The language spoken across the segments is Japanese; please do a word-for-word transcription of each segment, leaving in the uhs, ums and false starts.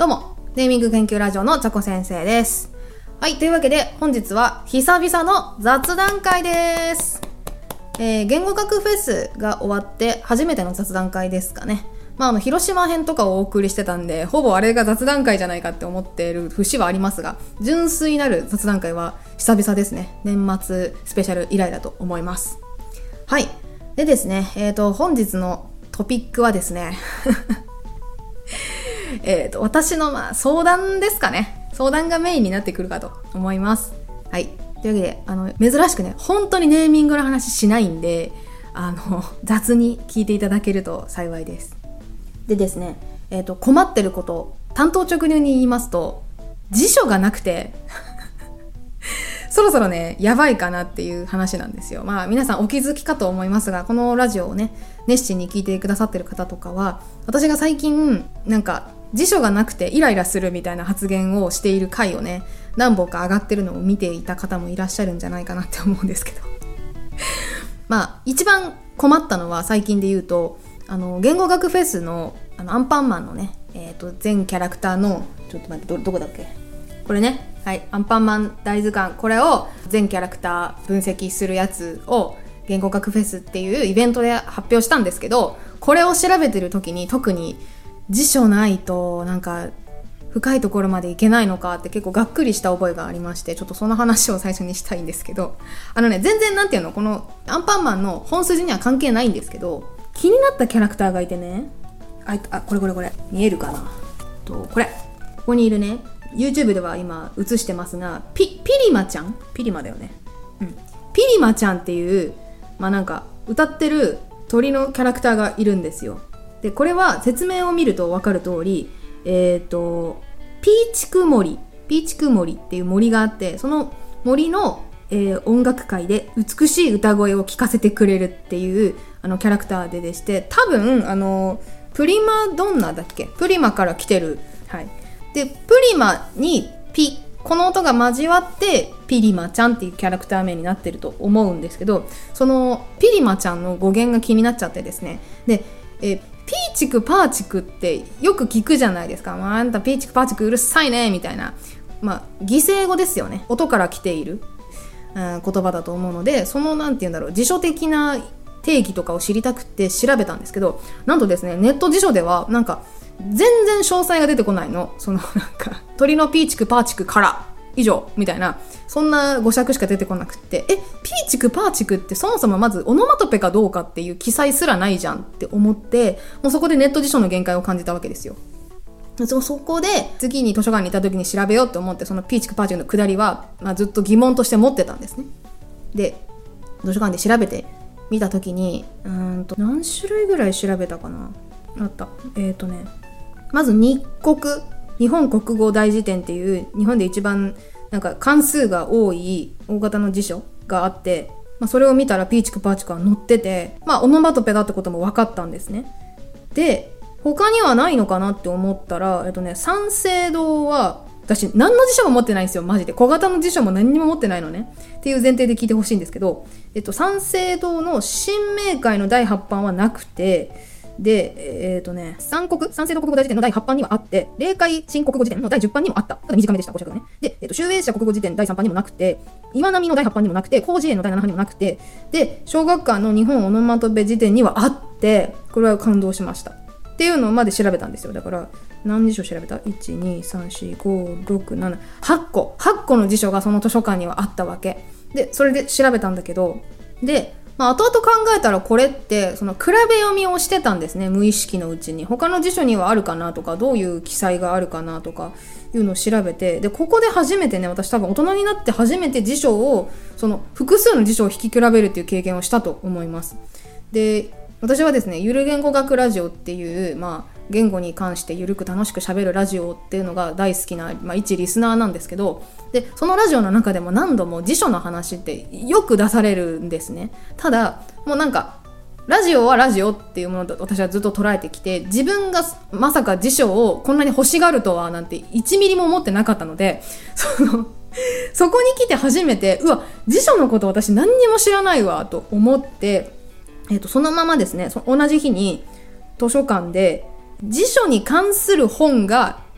どうも、ネーミング研究ラジオのちゃこ先生です。はい、というわけで本日は久々の雑談会です。えー、言語学フェスが終わって初めての雑談会ですかね。まあ、あの広島編とかをお送りしてたんで、ほぼあれが雑談会じゃないかって思っている節はありますが、純粋なる雑談会は久々ですね。年末スペシャル以来だと思います。はい。でですね、えーと、本日のトピックはですね、えと私のまあ相談ですかね。相談がメインになってくるかと思います。はい。というわけで、あの、珍しくね、本当にネーミングの話しないんで、あの、雑に聞いていただけると幸いです。でですね、えーと、困ってること、単刀直入に言いますと、辞書がなくて、そろそろね、やばいかなっていう話なんですよ。まあ皆さんお気づきかと思いますが、このラジオをね、熱心に聞いてくださってる方とかは、私が最近、なんか、辞書がなくてイライラするみたいな発言をしている回をね、何本か上がってるのを見ていた方もいらっしゃるんじゃないかなって思うんですけど。まあ、一番困ったのは最近で言うと、あの、言語学フェスの、あの、アンパンマンのね、えっと、全キャラクターの、ちょっと待って、ど、どこだっけ？これね、はい、アンパンマン大図鑑、これを全キャラクター分析するやつを言語学フェスっていうイベントで発表したんですけど、これを調べてる時に特に辞書ないとなんか深いところまでいけないのかって結構がっくりした覚えがありまして、ちょっとその話を最初にしたいんですけど、あのね、全然なんていうの、このアンパンマンの本筋には関係ないんですけど、気になったキャラクターがいてね、あ、あこれこれこれ見えるかなと、これここにいるね、YouTube では今映してますが、ピ、ピリマちゃんピリマだよね。うん。ピリマちゃんっていう、まあなんか、歌ってる鳥のキャラクターがいるんですよ。で、これは説明を見るとわかる通り、えっと、ピーチク森、ピーチク森っていう森があって、その森の、えー、音楽会で美しい歌声を聴かせてくれるっていう、あの、キャラクターででして、多分、あの、プリマドンナだっけ？プリマから来てる。はい。で、プリマにピ、この音が交わってピリマちゃんっていうキャラクター名になってると思うんですけど、そのピリマちゃんの語源が気になっちゃってですね。で、えー、ピーチクパーチクってよく聞くじゃないですか。まあ、あんたピーチクパーチクうるさいねみたいな。まあ、擬声語ですよね。音から来ている、うん、言葉だと思うので、そのなんて言うんだろう、辞書的な定義とかを知りたくて調べたんですけど、なんとですね、ネット辞書ではなんか全然詳細が出てこないの。そのなんか鳥のピーチクパーチクから以上みたいな、そんな語尺しか出てこなくって、え、ピーチクパーチクってそもそもまずオノマトペかどうかっていう記載すらないじゃんって思って、もうそこでネット辞書の限界を感じたわけですよ。そそこで次に図書館にいた時に調べようと思って、そのピーチクパーチクの下りは、まあ、ずっと疑問として持ってたんですね。で、図書館で調べてみた時に、うーんと何種類ぐらい調べたかなあった。えーとねまず日国、日本国語大辞典っていう日本で一番なんか関数が多い大型の辞書があって、まあ、それを見たらピーチクパーチクが載ってて、まあオノマトペだってことも分かったんですね。で、他にはないのかなって思ったら、えっとね、三省堂は私何の辞書も持ってないんですよ、マジで。小型の辞書も何にも持ってないのねっていう前提で聞いてほしいんですけど、えっと三省堂の新明解のだいはち版はなくて、で、えっ、ー、とね、三国、三省堂国語大辞典のだいはち版にはあって、霊界新国語辞典のだいじゅっ版にもあった。ただ短めでした、ご尺がね。で、えっ、ー、と、集英社国語辞典だいさん版にもなくて、岩波のだいはち版にもなくて、広辞苑のだいなな版にもなくて、で、小学館の日本オノマトペ辞典にはあって、これは感動しました。っていうのまで調べたんですよ。だから、何辞書調べた ?いち、に、さん、よん、ご、ろく、なな、はち個。はち個の辞書がその図書館にはあったわけ。で、それで調べたんだけど、で、まあ、後々考えたらこれってその比べ読みをしてたんですね、無意識のうちに。他の辞書にはあるかなとか、どういう記載があるかなとかいうのを調べて、でここで初めてね、私多分大人になって初めて辞書を、その複数の辞書を引き比べるっていう経験をしたと思います。で、私はですね、ゆる言語学ラジオっていう、まあ言語に関してゆるく楽しく喋るラジオっていうのが大好きな、まあ、一リスナーなんですけど、でそのラジオの中でも何度も辞書の話ってよく出されるんですね。ただもうなんかラジオはラジオっていうものと私はずっと捉えてきて、自分がまさか辞書をこんなに欲しがるとはなんていちミリも思ってなかったので、そのそこに来て初めて、うわ、辞書のこと私何にも知らないわと思って、えーと、そのままですね、そ同じ日に図書館で辞書に関する本が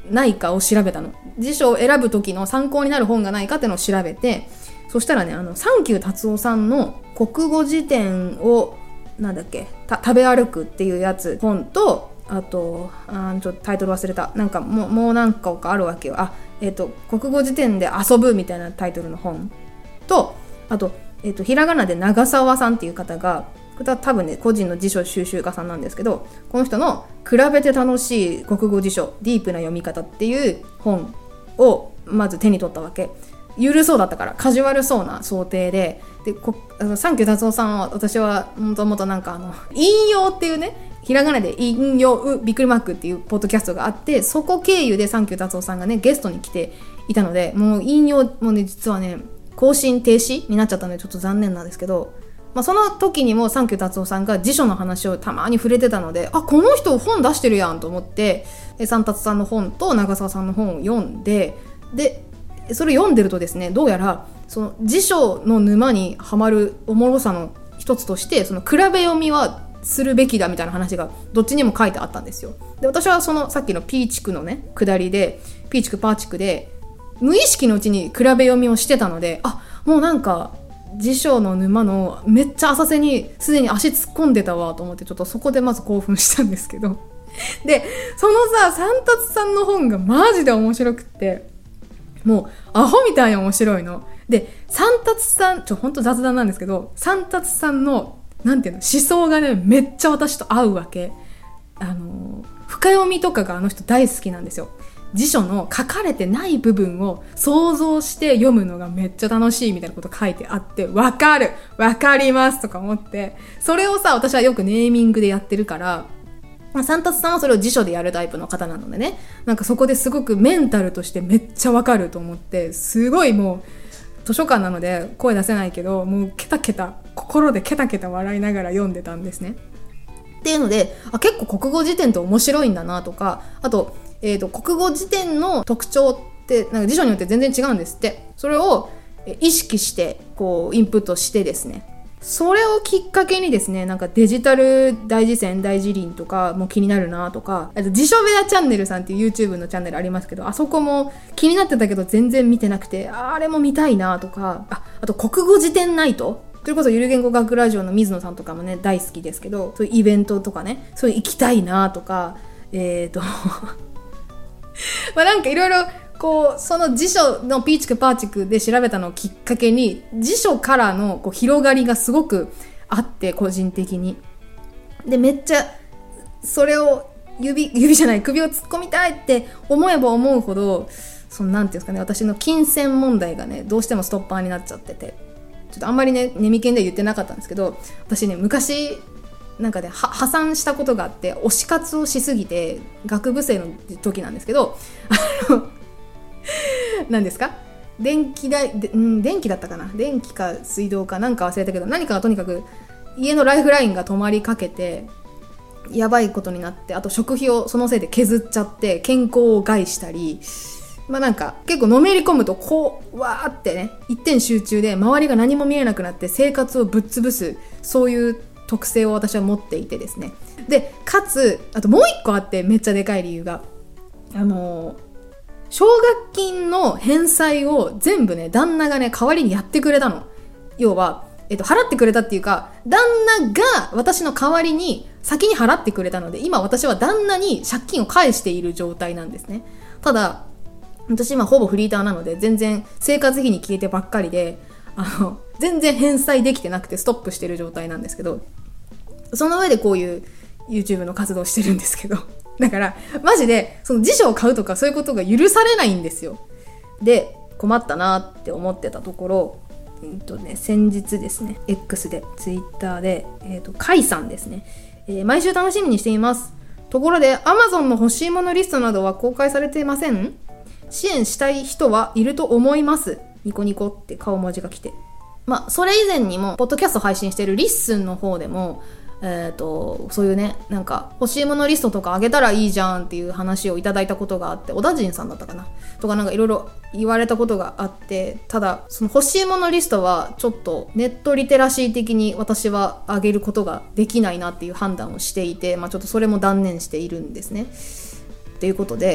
ないかを調べたの。辞書を選ぶ時の参考になる本がないかっていうのを調べて、そしたらね、あのサンキュー達夫さんの国語辞典をなんだっけ食べ歩くっていうやつ本と、あとあちょっとタイトル忘れた、なんかもうもう何個かあるわけよ。あえっ、ー、と国語辞典で遊ぶみたいなタイトルの本と、あとえっ、ー、とひらがなで長澤さんっていう方が、これは多分ね個人の辞書収集家さんなんですけど、この人の比べて楽しい国語辞書ディープな読み方っていう本をまず手に取ったわけ。ゆるそうだったから、カジュアルそうな想定で、でこあのサンキュー達夫さんは、私はもともとなんかあの引用っていうね、ひらがなで引用びっくりマークっていうポッドキャストがあって、そこ経由でサンキュー達夫さんがねゲストに来ていたので、もう引用もね実はね更新停止になっちゃったのでちょっと残念なんですけど、まあ、その時にもサンキュー達夫さんが辞書の話をたまに触れてたので、あこの人本出してるやんと思って、サンタツさんの本と長澤さんの本を読んで、でそれ読んでるとですね、どうやらその辞書の沼にはまるおもろさの一つとして、その比べ読みはするべきだみたいな話がどっちにも書いてあったんですよ。で私はそのさっきのピーチクのね下りで、ピーチクパーチクで無意識のうちに比べ読みをしてたので、あもうなんか辞書の沼のめっちゃ浅瀬にすでに足突っ込んでたわと思って、ちょっとそこでまず興奮したんですけどでそのさサンタツさんの本がマジで面白くって、もうアホみたいに面白いので、サンタツさんちょほんと雑談なんですけど、サンタツさんのなんていうの思想がねめっちゃ私と合うわけ。あの深読みとかがあの人大好きなんですよ。辞書の書かれてない部分を想像して読むのがめっちゃ楽しいみたいなこと書いてあって、わかるわかりますとか思って、それをさ私はよくネーミングでやってるから、サンタツさんはそれを辞書でやるタイプの方なのでね、なんかそこですごくメンタルとしてめっちゃわかると思って、すごいもう図書館なので声出せないけど、もうケタケタ心でケタケタ笑いながら読んでたんですね。っていうので、あ結構国語辞典って面白いんだなとか、あとえーと、国語辞典の特徴ってなんか辞書によって全然違うんですって。それを意識してこうインプットしてですね、それをきっかけにですね、なんかデジタル大辞典大辞林とかも気になるなとか、あと辞書部屋チャンネルさんっていう YouTube のチャンネルありますけど、あそこも気になってたけど全然見てなくて、あれも見たいなとか、あ、あと国語辞典ナイト、それこそゆる言語学ラジオの水野さんとかもね大好きですけど、そういうイベントとかね、そういう行きたいなとか、えーとまあなんかいろいろこうその辞書のピーチクパーチクで調べたのをきっかけに、辞書からのこう広がりがすごくあって、個人的にでめっちゃそれを指指じゃない首を突っ込みたいって思えば思うほど、そのなんていうんですかね、私の金銭問題がねどうしてもストッパーになっちゃってて、ちょっとあんまりねネミケンでは言ってなかったんですけど、私ね昔なんかね破産したことがあって、推し活をしすぎて、学部生の時なんですけど、あの何ですか電気代で、うん、電気だったかな、電気か水道かなんか忘れたけど、何かがとにかく家のライフラインが止まりかけてやばいことになって、あと食費をそのせいで削っちゃって健康を害したり、まあなんか結構のめり込むとこうわーってね一点集中で周りが何も見えなくなって生活をぶっ潰す、そういう特性を私は持っていてですね。でかつあともう一個あって、めっちゃでかい理由が、あの奨学金の返済を全部ね旦那がね代わりにやってくれたの。要は、えっと、払ってくれたっていうか、旦那が私の代わりに先に払ってくれたので、今私は旦那に借金を返している状態なんですね。ただ私今ほぼフリーターなので全然生活費に消えてばっかりで、あの全然返済できてなくてストップしてる状態なんですけど、その上でこういう YouTube の活動をしてるんですけど、だからマジでその辞書を買うとかそういうことが許されないんですよ。で困ったなって思ってたところ、えーとね、先日ですね X で Twitter で、えーと、カイさんですね、えー、毎週楽しみにしています。ところで Amazon の欲しいものリストなどは公開されていません？支援したい人はいると思います。ニコニコって顔文字が来て、まあそれ以前にもポッドキャスト配信してるリッスンの方でもえーと、そういうねなんか欲しいものリストとかあげたらいいじゃんっていう話をいただいたことがあって、小田陣さんだったかなとかなんかいろいろ言われたことがあって、ただその欲しいものリストはちょっとネットリテラシー的に私はあげることができないなっていう判断をしていて、まあちょっとそれも断念しているんですね。ということで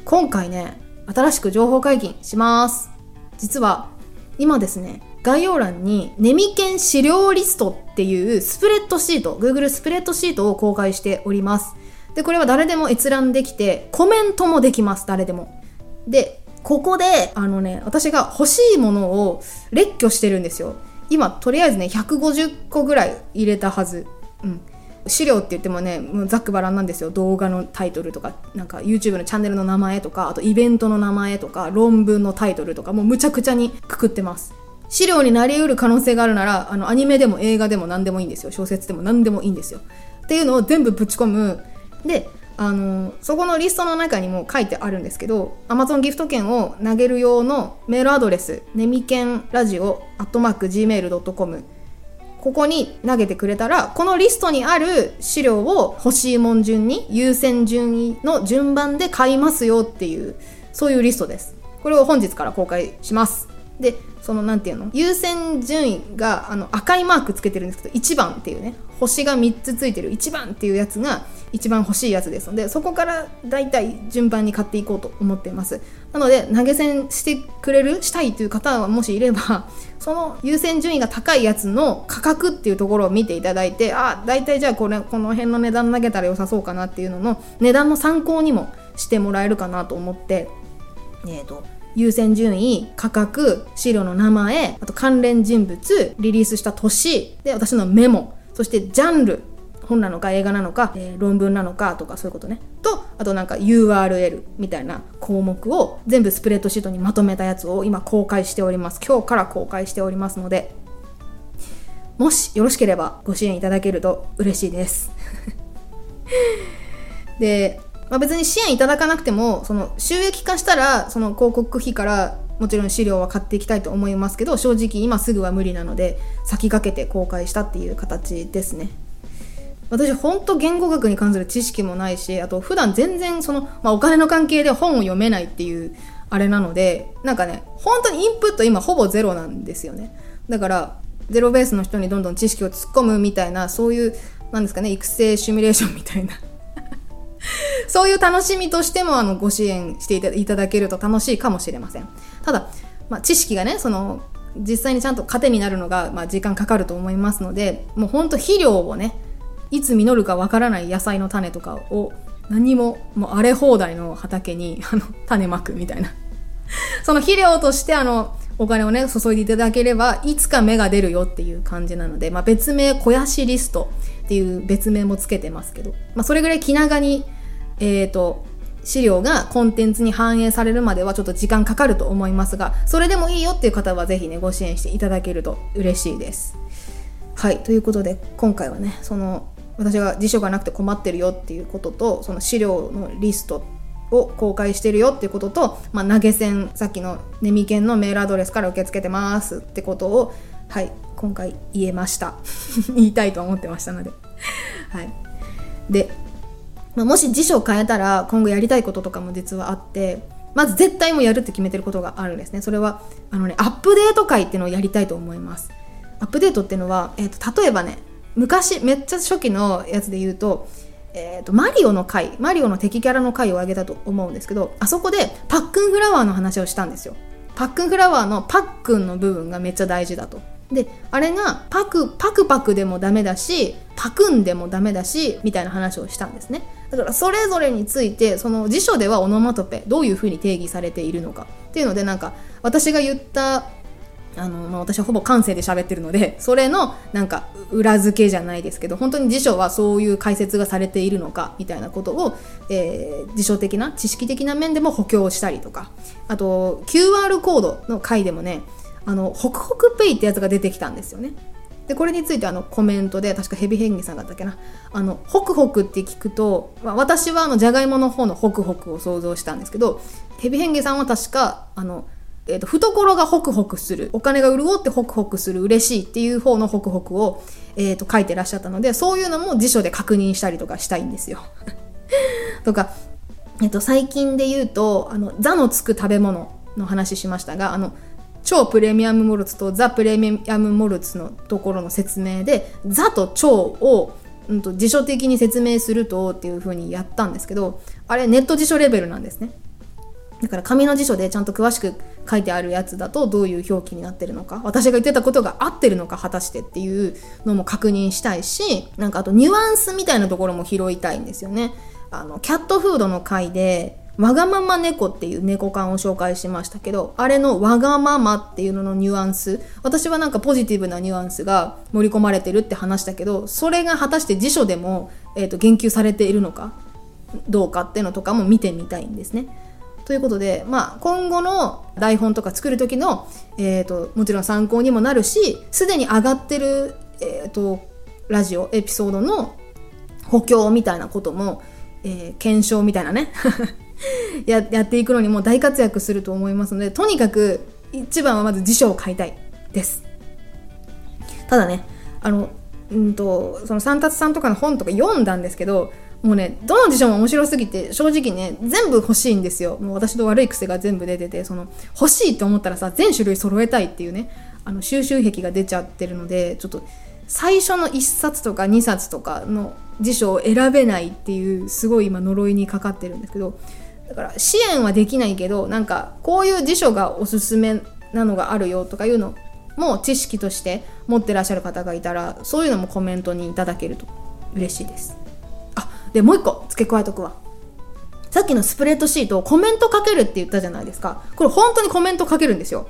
今回ね、新しく情報解禁します。実は今ですね、概要欄にネミケン資料リストっていうスプレッドシート、Google スプレッドシートを公開しております。で、これは誰でも閲覧できて、コメントもできます、誰でも。で、ここで、あのね、私が欲しいものを列挙してるんですよ。今、とりあえずね、ひゃくごじゅっこぐらい入れたはず。うん。資料って言ってもね、もうざっくばらんなんですよ。動画のタイトルとか、なんか YouTube のチャンネルの名前とか、あとイベントの名前とか、論文のタイトルとか、もうむちゃくちゃにくくってます。資料になり得る可能性があるなら、あの、アニメでも映画でも何でもいいんですよ。小説でも何でもいいんですよ。っていうのを全部ぶち込む。で、あの、そこのリストの中にも書いてあるんですけど、Amazon ギフト券を投げる用のメールアドレス、ネミケンラジオアットマークジーメールドットコム、ここに投げてくれたら、このリストにある資料を欲しいもん順に、優先順位の順番で買いますよっていう、そういうリストです。これを本日から公開します。で、そのなんていうの、優先順位があの赤いマークつけてるんですけど、いちばんっていうね、星がみっつついてるいちばんっていうやつが一番欲しいやつですので、そこからだいたい順番に買っていこうと思っています。なので投げ銭してくれるしたいという方はもしいれば、その優先順位が高いやつの価格っていうところを見ていただいて、あ、だいたいじゃあこれこの辺の値段投げたら良さそうかなっていうのの値段の参考にもしてもらえるかなと思って、えーと優先順位、価格、資料の名前、あと関連人物、リリースした年で、私のメモ、そしてジャンル、本なのか映画なのか、えー、論文なのかとかそういうことね、とあとなんか ユーアールエル みたいな項目を全部スプレッドシートにまとめたやつを今公開しております。今日から公開しておりますので、もしよろしければご支援いただけると嬉しいですで、まあ、別に支援いただかなくても、その収益化したらその広告費からもちろん資料は買っていきたいと思いますけど、正直今すぐは無理なので先駆けて公開したっていう形ですね。私ほんと言語学に関する知識もないし、あと普段全然その、まあ、お金の関係で本を読めないっていうあれなので、なんかね、本当にインプット今ほぼゼロなんですよね。だからゼロベースの人にどんどん知識を突っ込むみたいな、そういうなんですかね、育成シミュレーションみたいなそういう楽しみとしてもあのご支援していただけると楽しいかもしれません。ただ、まあ、知識がね、その実際にちゃんと糧になるのが、まあ、時間かかると思いますので、もうほんと肥料をね、いつ実るかわからない野菜の種とかを何ももう荒れ放題の畑にあの種まくみたいなその肥料としてあのお金をね注いでいただければいつか芽が出るよっていう感じなので、まあ、別名肥やしリストっていう別名もつけてますけど、まあ、それぐらい気長にえーと資料がコンテンツに反映されるまではちょっと時間かかると思いますが、それでもいいよっていう方はぜひねご支援していただけると嬉しいです。はい、ということで今回はね、その私が辞書がなくて困ってるよっていうことと、その資料のリストを公開してるよっていうことと、まあ、投げ銭、さっきのネミケンのメールアドレスから受け付けてますってことを、はい、今回言えました言いたいと思ってましたのではい。で、まあ、もし辞書を変えたら今後やりたいこととかも実はあって、まず絶対もうやるって決めてることがあるんですね。それはあのね、アップデート会っていうのをやりたいと思います。アップデートっていうのは、えーと、例えばね、昔めっちゃ初期のやつで言うと、えーとマリオの回、マリオの敵キャラの回をあげたと思うんですけど、あそこでパックンフラワーの話をしたんですよ。パックンフラワーのパックンの部分がめっちゃ大事だと。で、あれがパクパクパクでもダメだし、パクンでもダメだしみたいな話をしたんですね。だからそれぞれについて、その辞書ではオノマトペどういう風に定義されているのかっていうので、なんか私が言ったあの、まあ、私はほぼ感性で喋ってるので、それのなんか裏付けじゃないですけど、本当に辞書はそういう解説がされているのかみたいなことを、えー、辞書的な知識的な面でも補強したりとか、あと キューアール コードの回でもね、あのホクホクペイってやつが出てきたんですよね。でこれについてあのコメントで、確かヘビヘンギさんだったっけな、あのホクホクって聞くと、まあ、私はあのジャガイモの方のホクホクを想像したんですけど、ヘビヘンギさんは確かあのえー、と懐がホクホクする、お金が潤ってホクホクする、嬉しいっていう方のホクホクを、えー、と書いてらっしゃったので、そういうのも辞書で確認したりとかしたいんですよとか、えー、と最近で言うとあのザのつく食べ物の話しましたが、あの超プレミアムモルツとザプレミアムモルツのところの説明で、ザと超を、うん、と辞書的に説明するとっていう風にやったんですけど、あれネット辞書レベルなんですね。 だから紙の辞書でちゃんと詳しく書いてあるやつだとどういう表記になってるのか、私が言ってたことが合ってるのか果たしてっていうのも確認したいし、なんかあとニュアンスみたいなところも拾いたいんですよね。あのキャットフードの回でわがまま猫っていう猫缶を紹介しましたけど、あれのわがままっていうののニュアンス、私はなんかポジティブなニュアンスが盛り込まれてるって話したけど、それが果たして辞書でも、えーと、言及されているのかどうかっていうのとかも見てみたいんですね。ということで、まあ、今後の台本とか作る時の、えーと、もちろん参考にもなるし、すでに上がってる、えーと、ラジオエピソードの補強みたいなことも、えー、検証みたいなねや, やっていくのにも大活躍すると思いますので、とにかく一番はまず辞書を買いたいです。ただね、あのうんとその三達さんとかの本とか読んだんですけど、もうね、どの辞書も面白すぎて正直ね、全部欲しいんですよ。もう私の悪い癖が全部出てて、その欲しいと思ったらさ、全種類揃えたいっていうね、あの収集癖が出ちゃってるので、ちょっと最初のいっさつとかにさつとかの辞書を選べないっていう、すごい今呪いにかかってるんですけど、だから支援はできないけど、なんかこういう辞書がおすすめなのがあるよとかいうのも知識として持ってらっしゃる方がいたら、そういうのもコメントにいただけると嬉しいです。あ、でもう一個付け加えとくわ。さっきのスプレッドシートをコメントかけるって言ったじゃないですか。これ本当にコメントかけるんですよ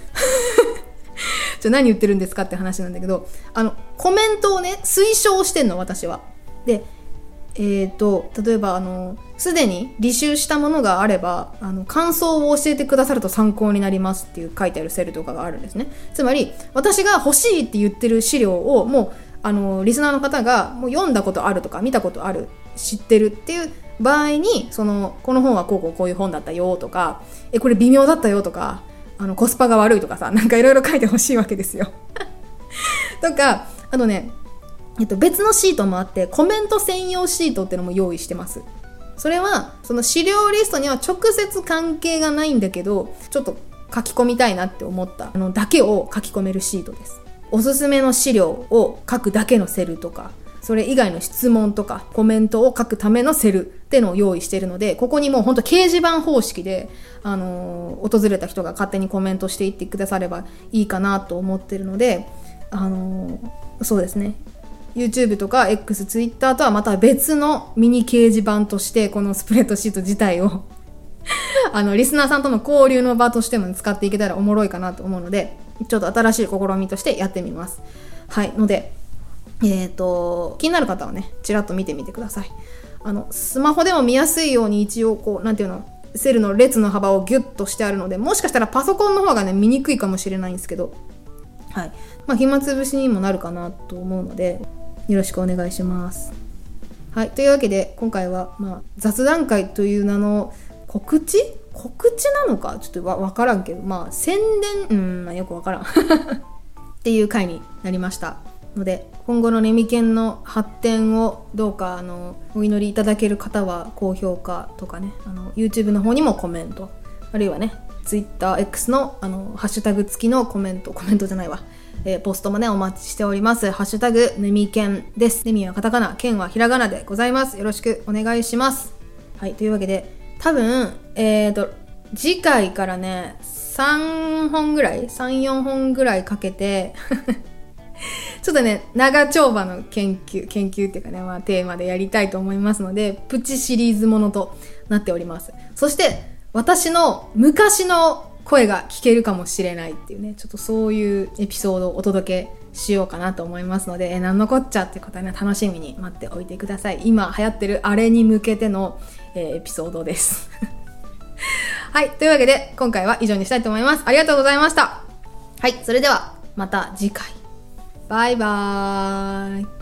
ちょ何言ってるんですかって話なんだけど、あのコメントをね推奨してんの、私は。でえーと、例えばあのすでに履修したものがあれば、あの感想を教えてくださると参考になりますっていう書いてあるセルとかがあるんですね。つまり私が欲しいって言ってる資料をもうあのリスナーの方がもう読んだことあるとか見たことある、知ってるっていう場合に、そのこの本はこうこうこういう本だったよとか、えこれ微妙だったよとか、あのコスパが悪いとかさ、なんかいろいろ書いてほしいわけですよとか、あとねえっと、別のシートもあって、コメント専用シートってのも用意してます。それはその資料リストには直接関係がないんだけど、ちょっと書き込みたいなって思ったのだけを書き込めるシートです。おすすめの資料を書くだけのセルとか、それ以外の質問とかコメントを書くためのセルってのを用意しているので、ここにもうほんと掲示板方式で、あのー、訪れた人が勝手にコメントしていってくださればいいかなと思ってるので、あのー、そうですね、YouTube とか X、Twitter とはまた別のミニ掲示板としてこのスプレッドシート自体をあのリスナーさんとの交流の場としても使っていけたらおもろいかなと思うので、ちょっと新しい試みとしてやってみます。はいので、えーと気になる方はねちらっと見てみてください。あのスマホでも見やすいように一応こうなんていうの、セルの列の幅をギュッとしてあるので、もしかしたらパソコンの方がね見にくいかもしれないんですけど、はい、まあ暇つぶしにもなるかなと思うのでよろしくお願いします。はい、というわけで今回は、まあ、雑談会という名の告知告知なのかちょっとわ分からんけど、まあ宣伝、うん、まあ、よく分からんっていう回になりましたので、今後のネミケンの発展をどうかあのお祈りいただける方は高評価とかね、あの YouTube の方にもコメント、あるいはね TwitterX の, あのハッシュタグ付きのコメントコメントじゃないわえー、ポストもねお待ちしております。ハッシュタグネミケンです。ネミはカタカナ、ケンはひらがなでございます。よろしくお願いします。はい、というわけで多分えーと次回からねさんぼんぐらい さん,よん 本ぐらいかけてちょっとね長丁場の研究研究っていうかね、まあ、テーマでやりたいと思いますので、プチシリーズものとなっております。そして私の昔の声が聞けるかもしれないっていうね、ちょっとそういうエピソードをお届けしようかなと思いますので、え何のこっちゃっていう方はね楽しみに待っておいてください。今流行ってるあれに向けての、えー、エピソードですはい、というわけで今回は以上にしたいと思います。ありがとうございました。はい、それではまた次回。バイバーイ。